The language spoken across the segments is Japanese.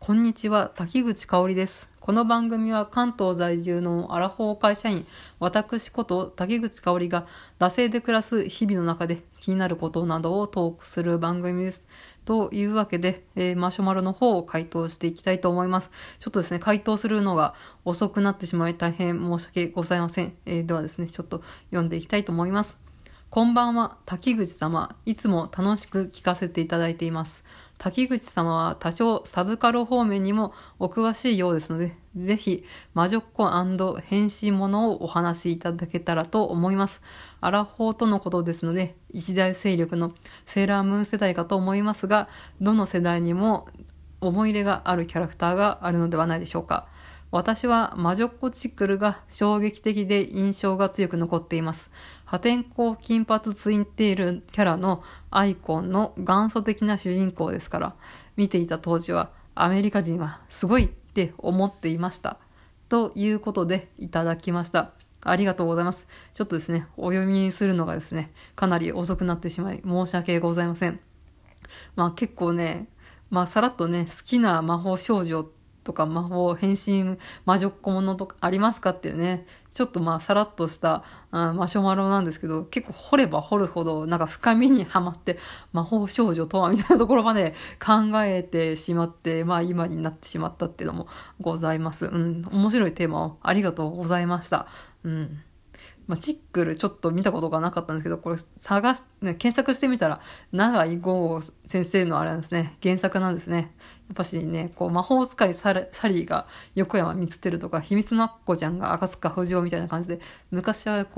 こんにちは、滝口香織です。この番組は関東在住のアラフォー会社員、私こと滝口香織が惰性で暮らす日々の中で気になることなどをトークする番組です。というわけで、マシュマロの方を回答していきたいと思います。ちょっとですね、回答するのが遅くなってしまい大変申し訳ございません。ではですね、ちょっと読んでいきたいと思います。こんばんは、滝口様。いつも楽しく聞かせていただいています。滝口様は多少サブカル方面にもお詳しいようですので、ぜひ魔女っ子&変身者をお話しいただけたらと思います。アラフォーとのことですので、一大勢力のセーラームーン世代かと思いますが、どの世代にも思い入れがあるキャラクターがあるのではないでしょうか。私は魔女っ子チックルが衝撃的で印象が強く残っています。破天荒金髪ツインテールキャラのアイコンの元祖的な主人公ですから、見ていた当時はアメリカ人はすごいって思っていました。ということでいただきました。ありがとうございます。ちょっとですね、お読みするのがですね、かなり遅くなってしまい申し訳ございません。結構ね、さらっとね、好きな魔法少女とか魔法変身魔女っ子ものとかありますかっていうね、ちょっとさらっとしたマシュマロなんですけど、結構掘れば掘るほどなんか深みにはまって魔法少女とはみたいなところまで考えてしまって、今になってしまったっていうのもございます。面白いテーマをありがとうございました。チックルちょっと見たことがなかったんですけど、これ検索してみたら、永井豪先生のあれなんですね、原作なんですね。やっぱしね、魔法使いサリーが横山光輝とか、秘密のアッコちゃんが赤塚不二夫みたいな感じで、昔は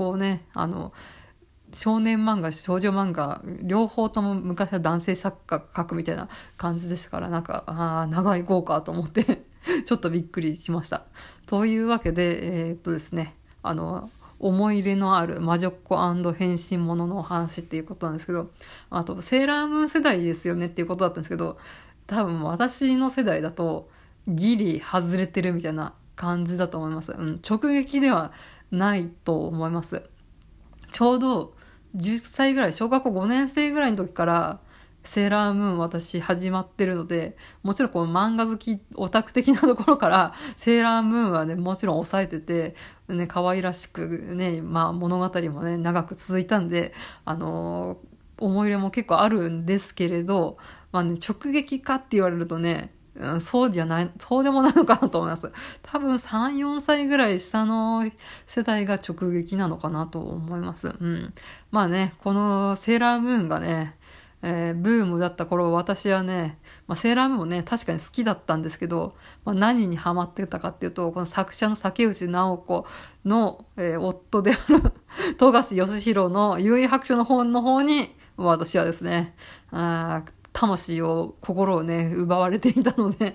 少年漫画、少女漫画、両方とも昔は男性作家が描くみたいな感じでしたから、長い豪華と思ってちょっとびっくりしました。というわけで、ですね、思い入れのある魔女っ子&変身者のお話っていうことなんですけど、あとセーラームーン世代ですよねっていうことだったんですけど、多分私の世代だとギリ外れてるみたいな感じだと思います。直撃ではないと思います。ちょうど10歳ぐらい、小学校5年生ぐらいの時からセーラームーン私始まってるので、もちろんこの漫画好きオタク的なところからセーラームーンはね、もちろん抑えててね、可愛らしくね、物語もね長く続いたんで、思い入れも結構あるんですけれど、直撃かって言われるとね、そうでもないのかなと思います。多分3、4歳ぐらい下の世代が直撃なのかなと思います。このセーラームーンがね、ブームだった頃、私はね、セーラームーンもね確かに好きだったんですけど、何にハマってたかっていうと、この作者の竹内直子の、夫である富樫義弘の幽遊白書の本の方に私はですね、心をね奪われていたので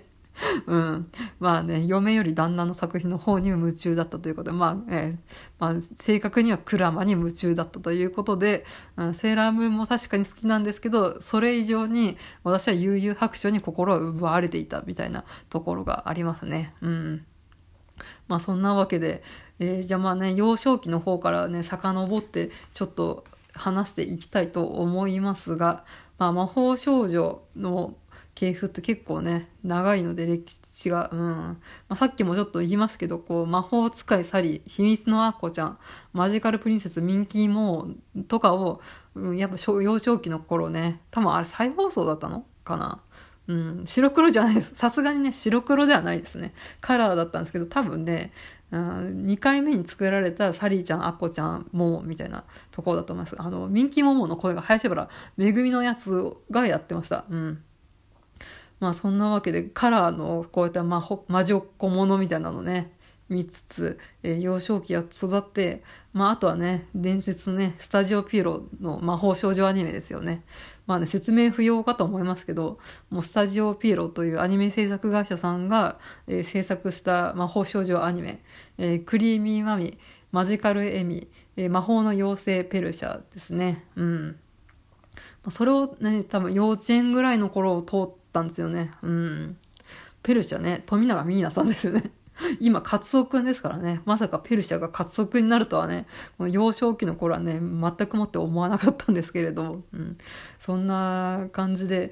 嫁より旦那の作品の方に夢中だったということで、正確にはクラマに夢中だったということで、セーラームーンも確かに好きなんですけど、それ以上に私は悠々白書に心を奪われていたみたいなところがありますね。そんなわけで、幼少期の方からね遡ってちょっと話していきたいと思いますが、魔法少女の系譜って結構ね長いので、歴史がさっきもちょっと言いましたけど、魔法使いサリー、秘密のアッコちゃん、マジカルプリンセスミンキーモーとかを、やっぱ幼少期の頃ね、多分あれ再放送だったのかな、白黒じゃないです。さすがにね白黒ではないですね。カラーだったんですけど、多分ね2回目に作られたサリーちゃん、アッコちゃん、モモみたいなところだと思います。ミンキーモモの声が林原めぐみのやつがやってました。そんなわけでカラーのこういった魔女っ子ものみたいなのね見つつ、幼少期は育って、あとはね伝説のねスタジオピエロの魔法少女アニメですよね。説明不要かと思いますけど、もうスタジオピエロというアニメ制作会社さんが、制作した魔法少女アニメ、クリーミーマミ、マジカルエミ、魔法の妖精ペルシャですね。それをね多分幼稚園ぐらいの頃を通ったんですよね。ペルシャね、富永美奈さんですよね。今カツオくんですからね。まさかペルシャがカツオくんになるとはね、この幼少期の頃はね全くもって思わなかったんですけれど、そんな感じで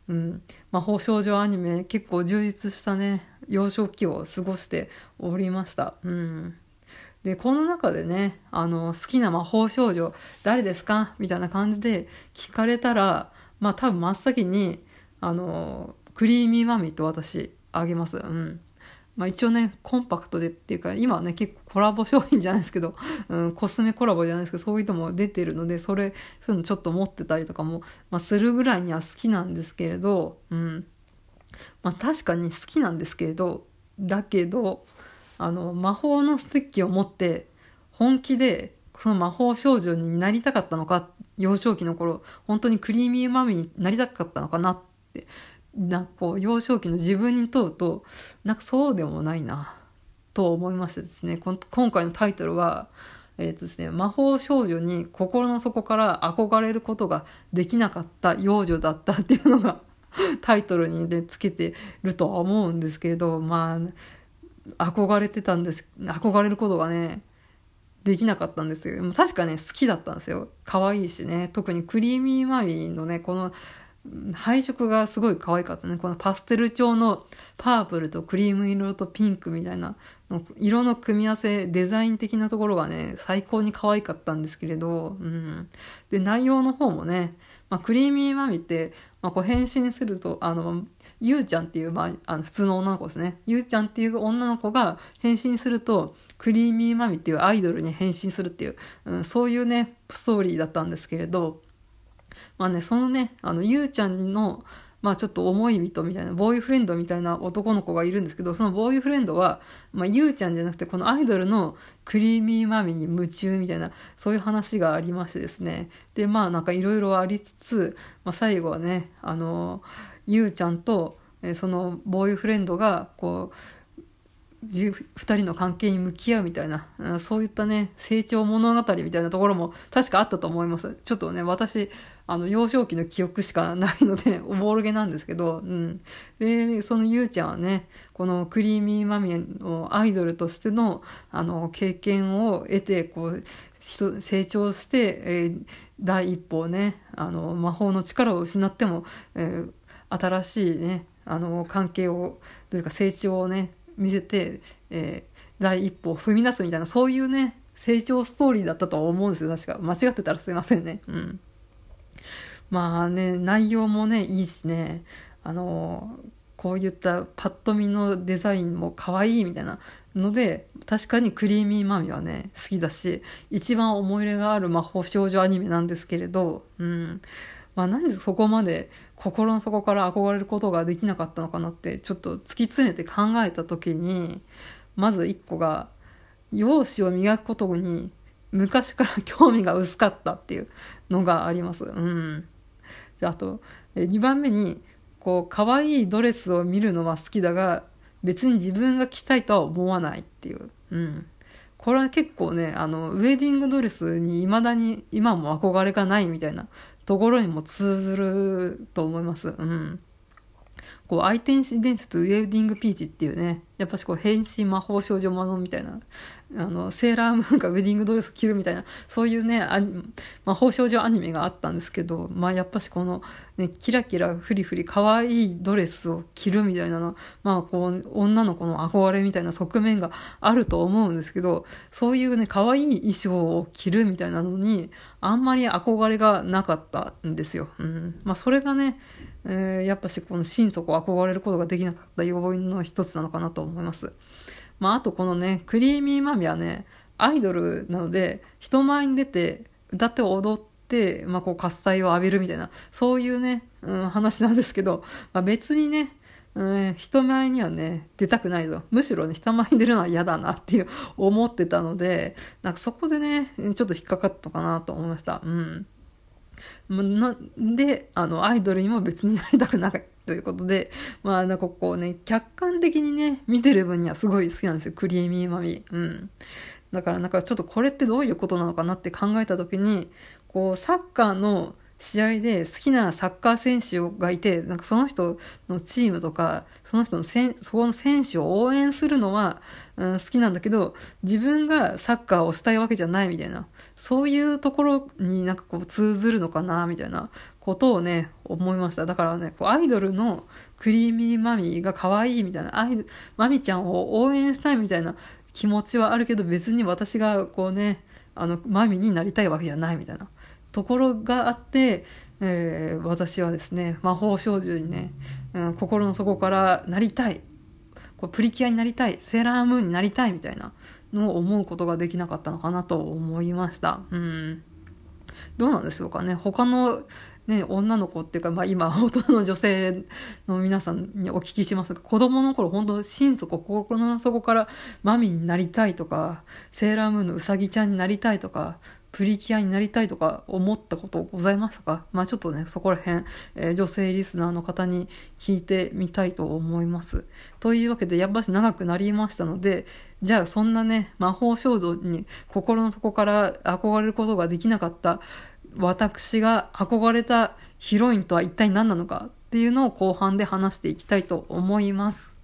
魔法少女アニメ結構充実したね、幼少期を過ごしておりました。で、この中でね、好きな魔法少女誰ですかみたいな感じで聞かれたら、多分真っ先に、クリーミーマミーと私あげます。一応ね、コンパクトでっていうか、今はね、結構コラボ商品じゃないですけど、コスメコラボじゃないですけど、そういうのも出てるので、そういうのちょっと持ってたりとかも、するぐらいには好きなんですけれど、確かに好きなんですけれど、だけど、魔法のステッキを持って、本気で、その魔法少女になりたかったのか、幼少期の頃、本当にクリーミーマミーになりたかったのかなって、幼少期の自分に問うと、そうでもないなと思いましてですね、今回のタイトルは、ですね、魔法少女に心の底から憧れることができなかった幼女だったっていうのがタイトルに、つけてるとは思うんですけれど、憧れることがねできなかったんですよ。確かね好きだったんですよ。可愛いしね、特にクリーミーマミーのねこの配色がすごい可愛かったね。このパステル調のパープルとクリーム色とピンクみたいな色の組み合わせ、デザイン的なところがね最高に可愛かったんですけれど、で内容の方もね、クリーミーマミって、変身するとゆうちゃんっていう、普通の女の子ですね。ゆうちゃんっていう女の子が変身するとクリーミーマミっていうアイドルに変身するっていう、そういうねストーリーだったんですけれど、そのね、ゆうちゃんの、ちょっと思い人みたいな、ボーイフレンドみたいな男の子がいるんですけど、そのボーイフレンドは、ゆうちゃんじゃなくて、このアイドルのクリーミーマミに夢中みたいな、そういう話がありましてですね。で、いろいろありつつ、最後はね、ゆうちゃんと、そのボーイフレンドが、二人の関係に向き合うみたいな、そういったね成長物語みたいなところも確かあったと思います。ちょっとね私幼少期の記憶しかないのでおぼろげなんですけど、でそのゆうちゃんはねこのクリーミーマミのアイドルとしての経験を得て成長して、第一歩をね魔法の力を失っても、新しいね関係をというか成長をね見せて、第一歩を踏み出すみたいな、そういうね成長ストーリーだったと思うんですよ。確か間違ってたらすいませんね。内容もねいいしね、こういったパッと見のデザインも可愛いみたいなので、確かにクリーミーマミはね好きだし、一番思い入れがある魔法少女アニメなんですけれど、なんでそこまで心の底から憧れることができなかったのかなってちょっと突き詰めて考えた時に、まず一個が容姿を磨くことに昔から興味が薄かったっていうのがあります。であと2番目に可愛いドレスを見るのは好きだが別に自分が着たいとは思わないっていう、これは結構ねウェディングドレスに未だに今も憧れがないみたいなところにも通ずると思います。愛天使伝説ウェディングピーチっていうね、やっぱし変身魔法少女ものみたいな、セーラームーンがウェディングドレス着るみたいな、そういうね魔法少女アニメがあったんですけど、やっぱしキラキラフリフリ可愛いドレスを着るみたいなの、女の子の憧れみたいな側面があると思うんですけど、そういうね可愛い衣装を着るみたいなのにあんまり憧れがなかったんですよ。それがねやっぱし心底憧れることができなかった要因の一つなのかなと思います。あとこのねクリーミーマミはねアイドルなので人前に出て歌って踊って喝采を浴びるみたいな、そういうね、話なんですけど、別にね、人前にはね出たくないぞ、むしろね人前に出るのは嫌だなっていう思ってたので、そこでねちょっと引っかかったかなと思いました。でアイドルにも別になりたくないということで、客観的にね見てる分にはすごい好きなんですよ、クリーミーマミ。だからちょっとこれってどういうことなのかなって考えた時に、サッカーの試合で好きなサッカー選手がいて、なんかその人のチームとか、その人のそこの選手を応援するのは、好きなんだけど、自分がサッカーをしたいわけじゃないみたいな、そういうところになんかこう通ずるのかな、みたいなことをね、思いました。だからね、こうアイドルのクリーミーマミが可愛いみたいな、マミちゃんを応援したいみたいな気持ちはあるけど、別に私がこうね、マミになりたいわけじゃないみたいなところがあって、私はですね、魔法少女にね、心の底からなりたい、こうプリキュアになりたい、セーラームーンになりたいみたいなのを思うことができなかったのかなと思いました。どうなんでしょうかね。他のね、女の子っていうか、今、大人の女性の皆さんにお聞きしますが、子供の頃、本当心底、心の底からマミになりたいとか、セーラームーンのうさぎちゃんになりたいとか、プリキュアになりたいとか思ったことございましたか？ちょっとね、そこら辺、女性リスナーの方に聞いてみたいと思います。というわけで、やっぱし長くなりましたので、じゃあそんなね、魔法少女に心の底から憧れることができなかった私が憧れたヒロインとは一体何なのかっていうのを後半で話していきたいと思います。